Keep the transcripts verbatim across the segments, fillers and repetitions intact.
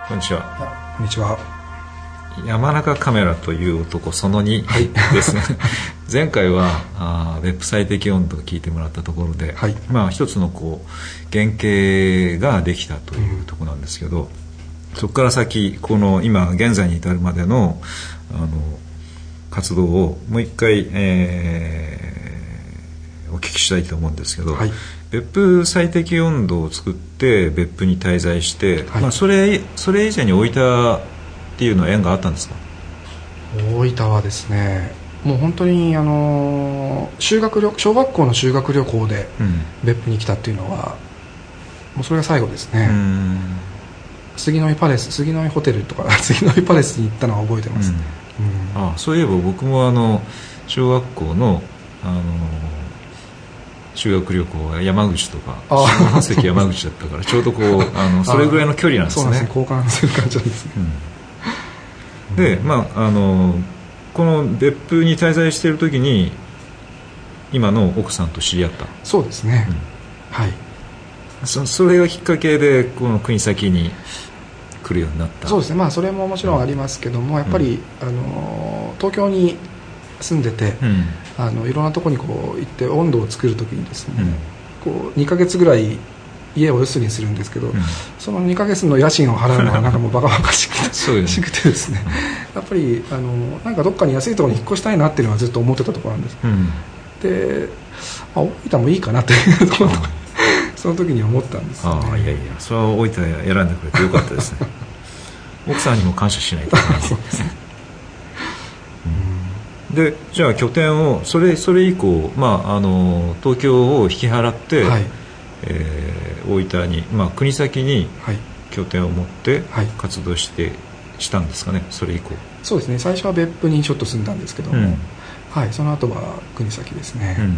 こんにちは。 こんにちは。 山中カメラという男そのにですね。前回はあウェブ最適温度を聞いてもらったところで、はい、まあ一つのこう原型ができたというところなんですけど、うん、そこから先この今現在に至るまでのあの活動をもう一回、えー、お聞きしたいと思うんですけど、はい、別府最適温度を作って別府に滞在して、はい、まあ、それそれ以前に大分っていうのは縁があったんですか？ 大分はですね、もう本当にあの修学旅小学校の修学旅行で別府に来たっていうのは、うん、もうそれが最後ですね。うん、杉の井パレス、杉の井ホテルとか杉の井パレスに行ったのは覚えてます。うんうん、ああ、そういえば僕もあの小学校のあの修学旅行は山口とか下関山口だったからちょうどこうあのそれぐらいの距離なんですね。 そうなんですね、交換する感じなんですね。 うん、で、まああのこの別府に滞在している時に今の奥さんと知り合った。 そうですね、うん、はい。 そ, それがきっかけでこの国東に来るようになった。 そうですね、まあそれももちろんありますけども、やっぱり、うん、あの東京に住んでて、うん、あのいろんなところにこう行って温度を作るときにですね、うん、こうにかげつぐらい家を留守にするんですけど、うん、そのにかげつの家賃を払うのはなんかもうバカバカしくてしくてですね、やっぱりあのなんかどっかに安いところに引っ越したいなっていうのはずっと思ってたところなんです、うん、で、まあ、大分もいいかなっていうところとその時に思ったんですよね。 ああ、いやいや、それは大分選んでくれてよかったですね。奥さんにも感謝しないといけないですね。で、じゃあ拠点をそれ、それ以降、まあ、あの東京を引き払って、はい、えー、大分に、まあ、国東に拠点を持って活動して、はい、したんですかね、それ以降。 そうですね、最初は別府にちょっと住んだんですけども、うん、はい、その後は国東ですね、うんうん、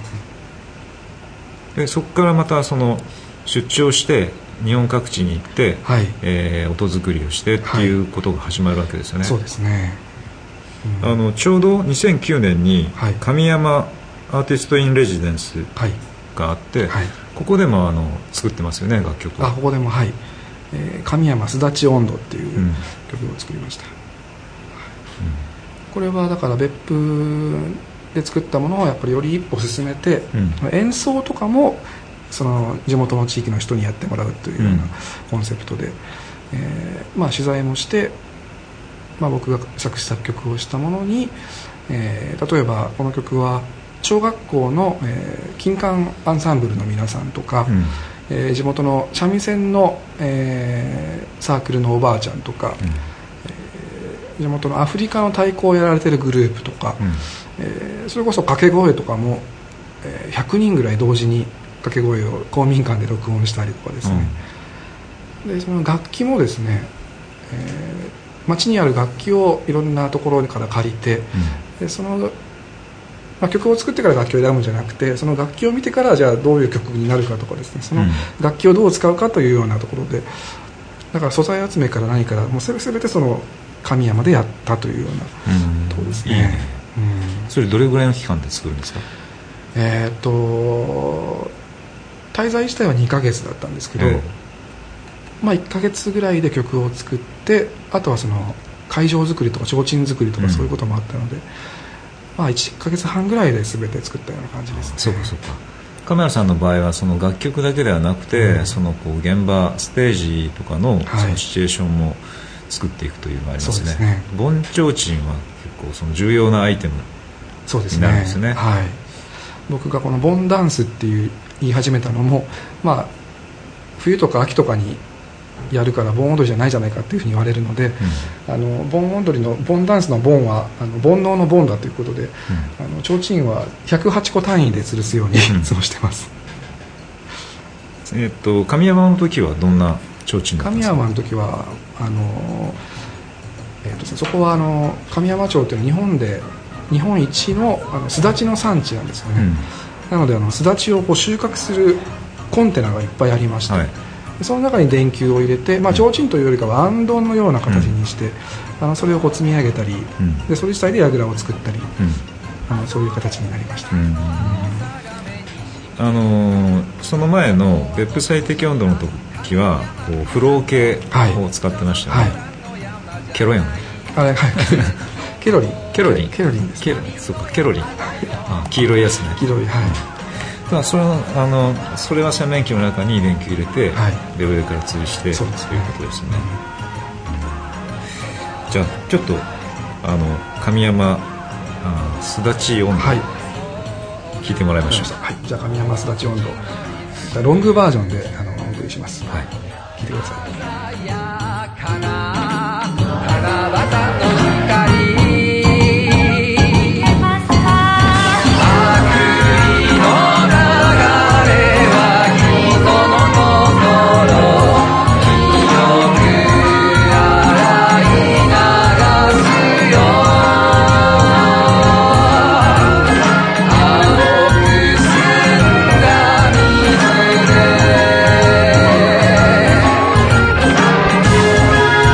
でそこからまたその出張して日本各地に行って、はい、えー、音作りをしてっていうことが始まるわけですよね、はい、 そうですね。 うん、あのちょうどにせんきゅうねんに神山アーティストインレジデンスがあって、はいはい、ここでもあの作ってますよね、楽曲を。 あ、ここでも、はい、えー、神山すだち温度っていう曲を作りました、うん、これはだから別府で作ったものをやっぱりより一歩進めて、うん、演奏とかもその地元の地域の人にやってもらうというようなコンセプトで、うん、えーまあ、取材もして、まあ、僕が作詞作曲をしたものに、えー、例えばこの曲は小学校の、えー、金管アンサンブルの皆さんとか、うん、えー、地元の三味線の、えー、サークルのおばあちゃんとか、うん、えー、地元のアフリカの太鼓をやられてるグループとか、うん、えー、それこそ掛け声とかも、えー、ひゃくにんぐらい同時に掛け声を公民館で録音したりとかですね、うん、でその楽器もですね、えー、街にある楽器をいろんなところから借りて、うん、でその、まあ、曲を作ってから楽器を選ぶんじゃなくて、その楽器を見てからじゃあどういう曲になるかとかですね、その楽器をどう使うかというようなところで、だから素材集めから何からもう全てその神山でやったというようなところですね。いいね。 うん、それどれぐらいの期間で作るんですか？ えー、っと滞在自体はにかげつだったんですけど、えーまあ、いっかげつぐらいで曲を作って、あとはその会場作りとか提灯作りとかそういうこともあったので、うん、まあ、いっかげつはんぐらいで全て作ったような感じですね。 そうかそうか。カメラさんの場合はその楽曲だけではなくて、うん、そのこう現場ステージとか の, そのシチュエーションも作っていくというのがありますね。はい、そうですね。盆提灯は結構その重要なアイテムになるんですね。 はい、僕がこの盆ダンスっていう言い始めたのも、まあ、冬とか秋とかにやるから盆踊りじゃないじゃないかっていうふうに言われるので、うん、あの盆踊りの盆ダンスの盆はあの煩悩の盆だということで、うん、あの提灯はひゃくはちこ単位で吊るすように過ごしてます。 うん、えー、っと神山の時はどんな提灯だったんですか？ 神山の時はあの、えー、っとそこはあの神山町というのは日本で日本一 の, あのすだちの産地なんですよね。うん、なのであのすだちをこう収穫するコンテナがいっぱいありまして、はい、その中に電球を入れて、まあ、提灯というよりかは行灯のような形にして、うん、あのそれをこう積み上げたり、うん、でそれ自体で櫓を作ったり、うん、あのそういう形になりました。うん、 あのー、その前の別府最適温度の期はこうフロー系を使ってましたね、はいはい、ケロヤンあれ、はい、ケロリンケロリンケロリンです、 ケロリンそうかケロリンあ黄色いやつね黄色い、はい、 だからそれはあのそれは洗面器の中に電球入れて、はい、で上から吊るしてそうですということですね、うん、じゃあちょっとあの神山あすだち温度、はい、聞いてもらいましょう。 はい、じゃあ神山すだち温度ロングバージョンであのお送りします、はい、聞いてください。 「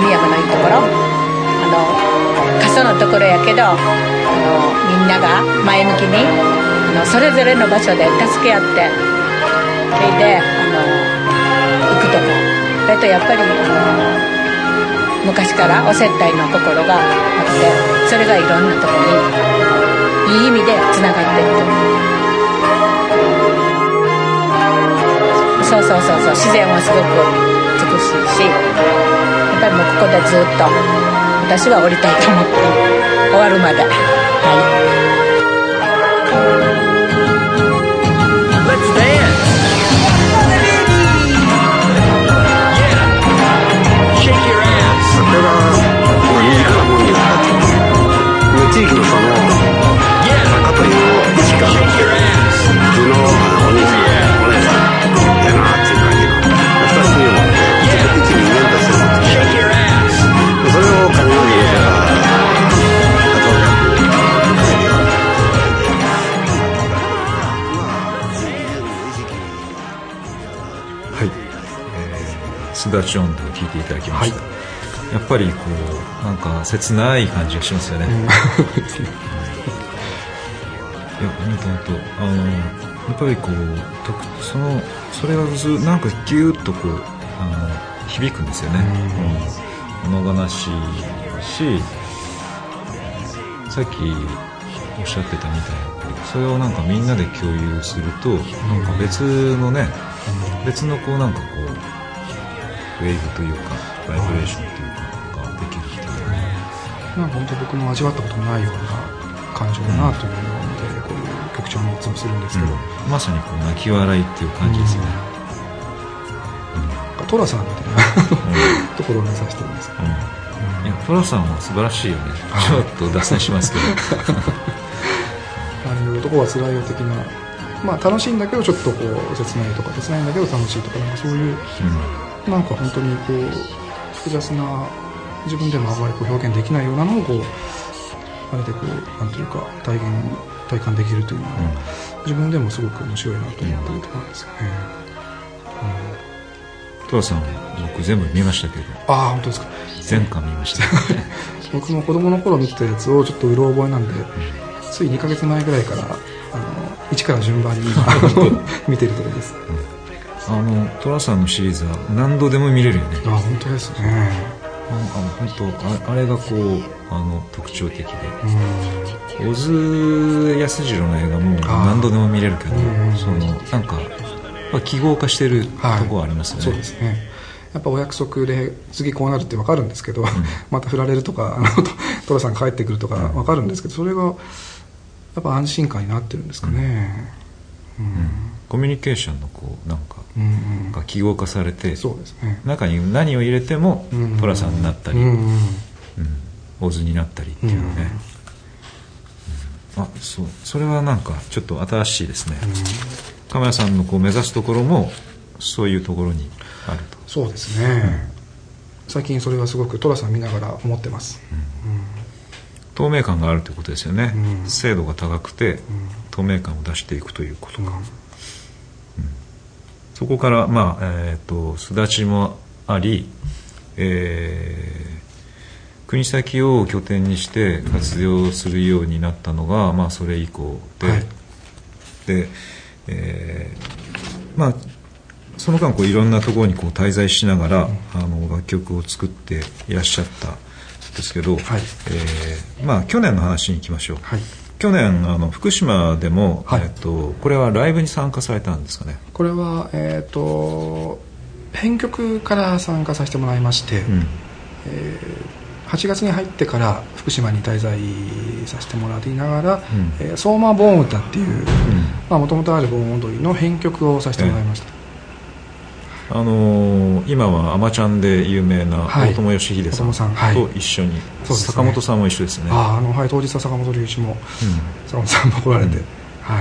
神山のいいところ、あの過疎のところやけど、あのみんなが前向きにあのそれぞれの場所で助け合って、それであの行くとこ、それとやっぱりあの昔からお接待の心があって、それがいろんなところにいい意味でつながっていく。そうそうそうそう、自然はすごく美しいし、やっぱりもうここでずっと私は降りたいと思って終わるまで、はい。 地域のその坂というのを意識を持って普通のお兄さんお姉さんやなっていう感じの二つに思って一人間として持ってそれを神の家から後役稼ぎをはい、えー、すだち音頭を聞いていただきました、はい、やっぱりこうなんか切ない感じがしますよね、うん、いや本当本当あのやっぱりこうそのそれがずなんかギューッとこうあの響くんですよね、うん、物悲しいし、さっきおっしゃってたみたいにそれをなんかみんなで共有するとなんか別のね、別のこうなんかこうウェーブというかバイブレーションというかができるっていう、 なんか本当僕も味わったことのないような感情だなというので、うん、こういう曲調にいつもするんですけど、うん、 まさにこう泣き笑いっていう感じですね、 うん、トラさんみたいな、うん、ところを目指してるんですけど、うんいやトラさんは素晴らしいよね。ちょっと脱線しますけどあの男はつらいよ的な、まあ楽しいんだけどちょっとこう切ないとか、切ないんだけど楽しいとか、なんかそういう、うん、なんか本当にこう複雑な自分でもあまりこう表現できないようなのをこうあれでこうなんていうか体現体感できるというのは、うん、自分でもすごく面白いなと思っているところなんですよね。 トラさん僕全部見ましたけど。 ああ本当ですか。 全巻見ました僕も子供の頃見てたやつをちょっとうろ覚えなんで、うん、ついにかげつまえぐらいからあの一から順番に見てるところです、 うん、あのトラさんのシリーズは何度でも見れるよね。 あ本当ですね。 あの本当 あ, あれがこうあの特徴的で、うん、小津安二郎の映画も何度でも見れるけど、そのなんか記号化してるところありますよね、 はい、そうですね。やっぱお約束で次こうなるって分かるんですけど、うん、また振られるとかあのトラさん帰ってくるとか分かるんですけど、それがやっぱ安心感になってるんですかね、うんうん、 コミュニケーションのこうなんか、うんうん、が記号化されて、 そうですね、 中に何を入れても、うんうん、トラさんになったり、うんうんうん、大津になったりっていうのね、うんうんうん、あそう、それはなんかちょっと新しいですね、うん、亀谷さんのこう目指すところもそういうところにあると。 そうですね、うん、最近それはすごくトラさん見ながら思ってます、うんうん、 透明感があるということですよね、うん、精度が高くて、うん、透明感を出していくということか、うんうん、そこからまあえっとすだちもあり、えー、国東を拠点にして活用するようになったのが、まあそれ以降で、はい、で、えー、まあその間こういろんなところにこう滞在しながら、うん、あの楽曲を作っていらっしゃったんですけど、はい、えーまあ、去年の話に行きましょう、はい、去年あの福島でも、はい、えー、とこれはライブに参加されたんですかね。 これは、えー、と編曲から参加させてもらいまして、うん、えー、はちがつに入ってから福島に滞在させてもらいながら、うん、えー、相馬盆歌っていうもともとある盆踊りの編曲をさせてもらいました、えーあのー、今はアマちゃんで有名な大友義秀さんと一緒に、はい、坂本さんも一緒ですね。 ああの、はい、当日は坂本龍一も、うん、坂本さんも来られて、うん、はい、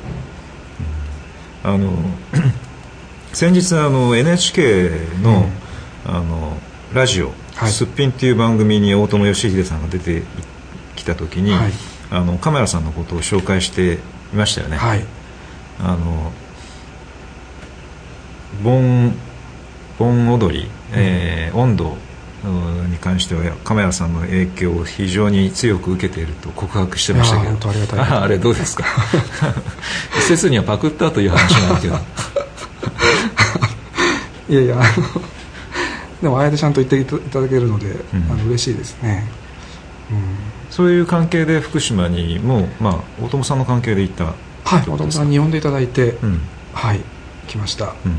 あの先日あの エヌエイチケー の、うん、あのラジオ、はい、すっぴんっていう番組に大友義秀さんが出てきた時に、はい、あのカメラさんのことを紹介していましたよね、はい、あの盆盆踊り、えー、音頭に関しては亀原さんの影響を非常に強く受けていると告白してましたけど、 本当ありがたい。 あ, あれどうですか一説にはパクったという話なんだけどいやいや、あのでもああやってちゃんと言っていただけるので、うん、あの嬉しいですね、 うん、そういう関係で福島にも、まあ、大友さんの関係で行った。 はい、大友さんに呼んでいただいて、 うん、 はい来ました、うんうん、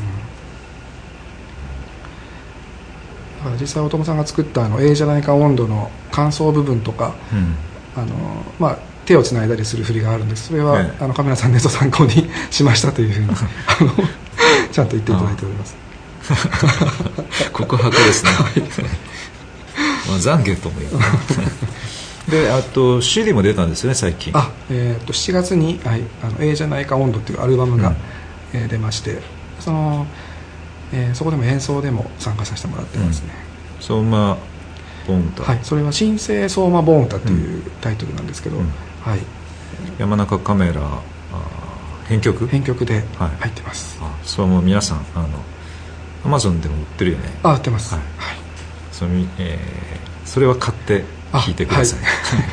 だから実際大友さんが作ったあの「ええじゃないか温度」の感想部分とか、うん、あのまあ、手をつないだりする振りがあるんです。それは、ね、あのカメラさんの参考にしましたというふうにあのちゃんと言っていただいております告白ですね、はい、まあ、懺悔とも言うで、あと シーディー も出たんですよね最近。 あ、えー、としちがつに「はい、あのええじゃないか温度」というアルバムが、うん、えー、出まして、その、えー、そこでも演奏でも参加させてもらってますね、 うん、相馬盆歌、 はい、それは「新生相馬盆歌」というタイトルなんですけど、うん、はい、 山中カメラ編曲編曲で入ってます、 はい、あ、それも皆さんあのアマゾンでも売ってるよね。 あ、売ってます、はい、はい、 それ、えー、それは買って聴いてください、はい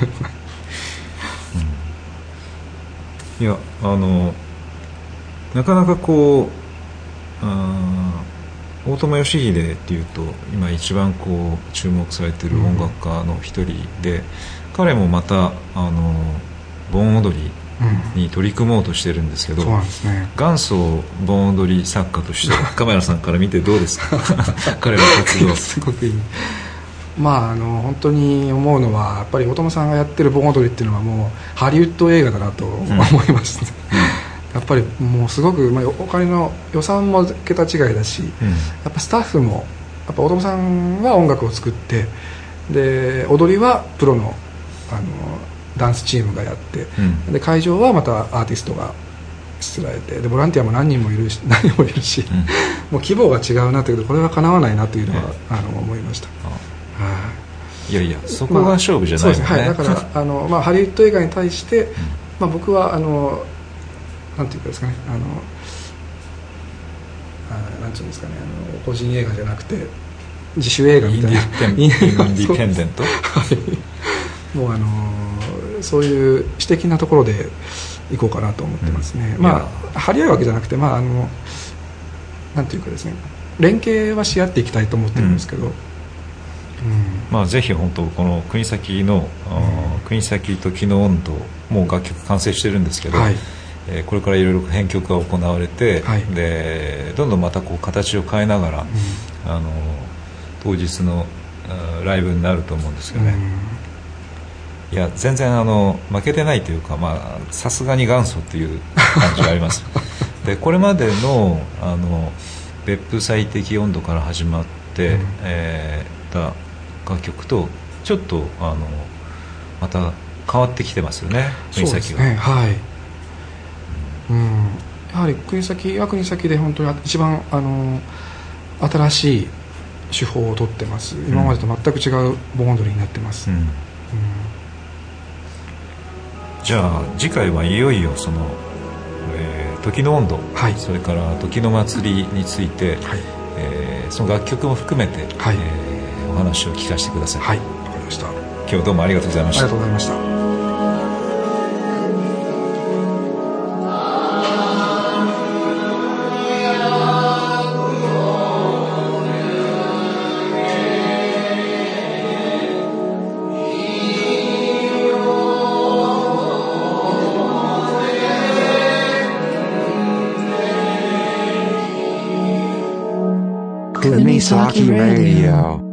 うん、いや、あのなかなかこう、あ、大友良英っていうと今一番こう注目されている音楽家の一人で、うん、彼もまたあの盆踊りに取り組もうとしてるんですけど、 うん、そうなんですね、 元祖盆踊り作家としてカメラさんから見てどうですか彼の活動すごくいい。まあ、あの本当に思うのはやっぱり大友さんがやってる盆踊りっていうのはもうハリウッド映画だなと思います、ね、うん、やっぱりもうすごく、まあ、お金の予算も桁違いだし、うん、やっぱスタッフもやっぱ大友さんは音楽を作って、で踊りはプロの、あのダンスチームがやって、うん、で会場はまたアーティストがしつらえて、でボランティアも何人もいるし何人もいるし、うん、もう規模が違うなということでこれはかなわないなというのは、えー、あの思いました。 いやいや、そこが勝負じゃないのね、 まあ、はい、だからあの、まあ、ハリウッド映画に対して、うん、まあ、僕はあのなんていうかですかね、あのあなんていうんですかね、あの個人映画じゃなくて自主映画みたいなインディペンデント、はい、 もうあのそういう私的なところで行こうかなと思ってますね、うん、まあ張り合うわけじゃなくて、まあ、あのなんていうかですね、連携はし合っていきたいと思ってるんですけど、うん、 うん、まあ、ぜひ本当この国崎の、うん、国崎時の温度もう楽曲完成してるんですけど、はい、えー、これからいろいろ編曲が行われて、はい、でどんどんまたこう形を変えながら、うん、あの当日のライブになると思うんですよね、うん、いや全然あの負けてないというか、さすがに元祖っていう感じがありますでこれまでのあの別府最適温度から始まって、うん、えー、た楽曲とちょっとあのまた変わってきてますよね、国崎が。 そうですね、はい、うん、やはり国崎は国崎で本当に一番あの新しい手法を取ってます。今までと全く違う盆踊りになってます、うんうん、 じゃあ次回はいよいよその、えー、時の温度、はい、それから時の祭りについて、はい、えー、その楽曲も含めて、はい、えー、お話を聞かせてください。 はい、わかりました。 今日はどうもありがとうございました。 ありがとうございました。 Kunisaki Radio.